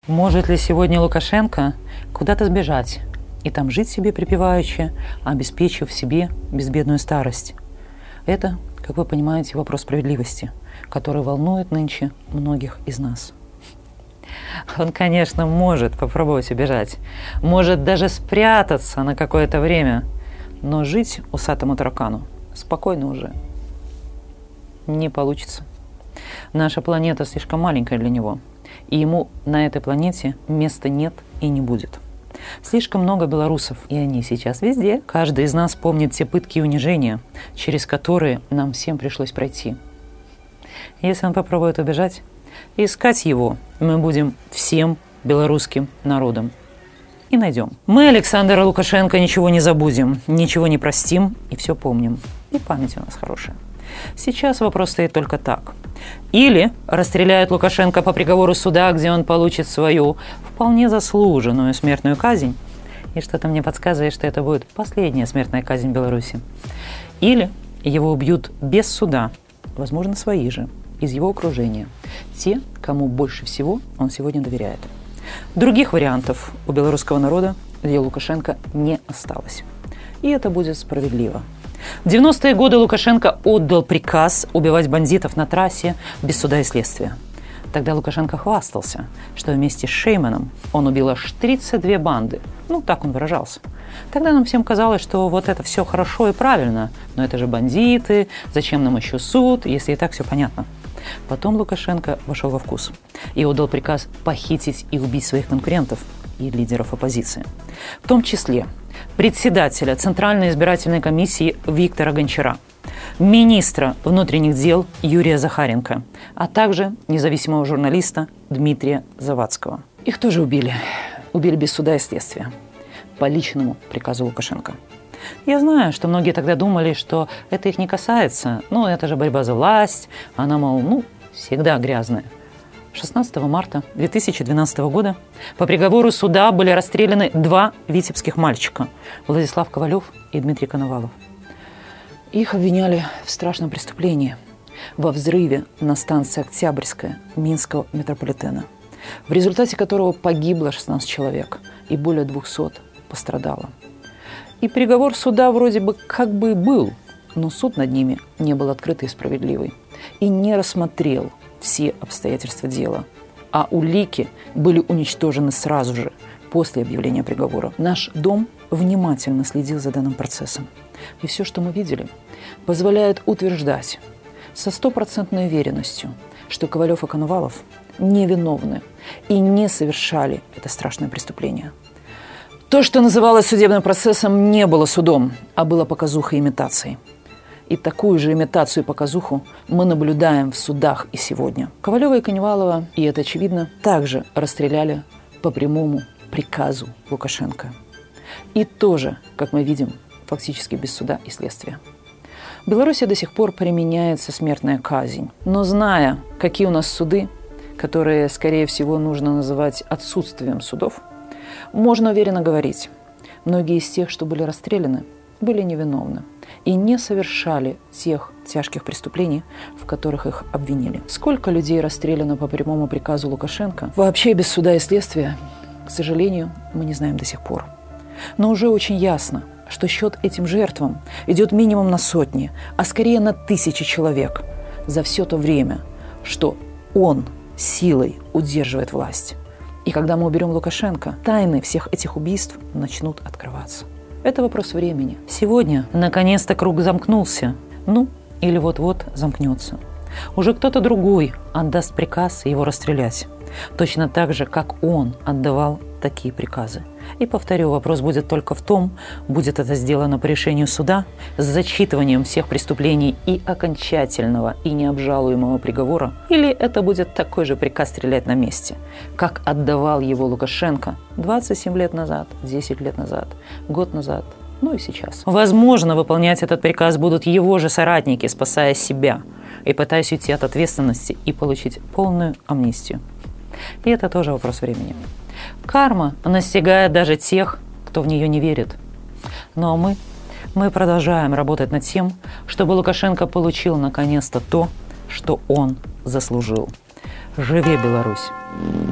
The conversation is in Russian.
Может ли сегодня Лукашенко куда-то сбежать и там жить себе припеваючи, обеспечив себе безбедную старость? Это, как вы понимаете, вопрос справедливости, который волнует нынче многих из нас. Он, конечно, может попробовать убежать, может даже спрятаться на какое-то время, но жить усатому таракану спокойно уже не получится. Наша планета слишком маленькая для него, и ему на этой планете места нет и не будет. Слишком много белорусов, и они сейчас везде. Каждый из нас помнит те пытки и унижения, через которые нам всем пришлось пройти. Если он попробует убежать, искать его мы будем всем белорусским народом. И найдем. Мы Александра Лукашенко ничего не забудем, ничего не простим и все помним. И память у нас хорошая. Сейчас вопрос стоит только так. Или расстреляют Лукашенко по приговору суда, где он получит свою вполне заслуженную смертную казнь. И что-то мне подсказывает, что это будет последняя смертная казнь в Беларуси. Или его убьют без суда, возможно, свои же, из его окружения. Те, кому больше всего он сегодня доверяет. Других вариантов у белорусского народа для Лукашенко не осталось. И это будет справедливо. В 90-е годы Лукашенко отдал приказ убивать бандитов на трассе без суда и следствия. Тогда Лукашенко хвастался, что вместе с Шейманом он убил аж 32 банды. Ну, так он выражался. Тогда нам всем казалось, что вот это все хорошо и правильно, но это же бандиты, зачем нам еще суд, если и так все понятно. Потом Лукашенко вошел во вкус и отдал приказ похитить и убить своих конкурентов и лидеров оппозиции. В том числе председателя Центральной избирательной комиссии Виктора Гончара, министра внутренних дел Юрия Захаренко, а также независимого журналиста Дмитрия Завадского. Их тоже убили. Убили без суда и следствия. По личному приказу Лукашенко. Я знаю, что многие тогда думали, что это их не касается. Ну, это же борьба за власть. Она, мол, всегда грязная. 16 марта 2012 года по приговору суда были расстреляны 2 витебских мальчика – Владислав Ковалев и Дмитрий Коновалов. Их обвиняли в страшном преступлении – во взрыве на станции Октябрьская Минского метрополитена, в результате которого погибло 16 человек и более 200 пострадало. И приговор суда вроде бы как бы был, но суд над ними не был открытый и справедливый и не рассмотрел все обстоятельства дела, а улики были уничтожены сразу же, после объявления приговора. Наш дом внимательно следил за данным процессом. И все, что мы видели, позволяет утверждать со 100% уверенностью, что Ковалев и Коновалов невиновны и не совершали это страшное преступление. То, что называлось судебным процессом, не было судом, а было показухой и имитацией. И такую же имитацию и показуху мы наблюдаем в судах и сегодня. Ковалева и Коновалова, и это очевидно, также расстреляли по прямому приказу Лукашенко. И тоже, как мы видим, фактически без суда и следствия. В Беларуси до сих пор применяется смертная казнь. Но зная, какие у нас суды, которые, скорее всего, нужно называть отсутствием судов, можно уверенно говорить, многие из тех, что были расстреляны, были невиновны и не совершали тех тяжких преступлений, в которых их обвинили. Сколько людей расстреляно по прямому приказу Лукашенко, вообще без суда и следствия, к сожалению, мы не знаем до сих пор. Но уже очень ясно, что счет этим жертвам идет минимум на сотни, а скорее на тысячи человек за все то время, что он силой удерживает власть. И когда мы уберем Лукашенко, тайны всех этих убийств начнут открываться. Это вопрос времени. Сегодня, наконец-то, круг замкнулся. Или вот-вот замкнется. Уже кто-то другой отдаст приказ его расстрелять. Точно так же, как он отдавал такие приказы. И, повторю, вопрос будет только в том, будет это сделано по решению суда с зачитыванием всех преступлений и окончательного и необжалуемого приговора, или это будет такой же приказ стрелять на месте, как отдавал его Лукашенко 27 лет назад, 10 лет назад, год назад, и сейчас. Возможно, выполнять этот приказ будут его же соратники, спасая себя и пытаясь уйти от ответственности и получить полную амнистию. И это тоже вопрос времени. Карма настигает даже тех, кто в нее не верит. Ну а мы продолжаем работать над тем, чтобы Лукашенко получил наконец-то то, что он заслужил. Живи Беларусь!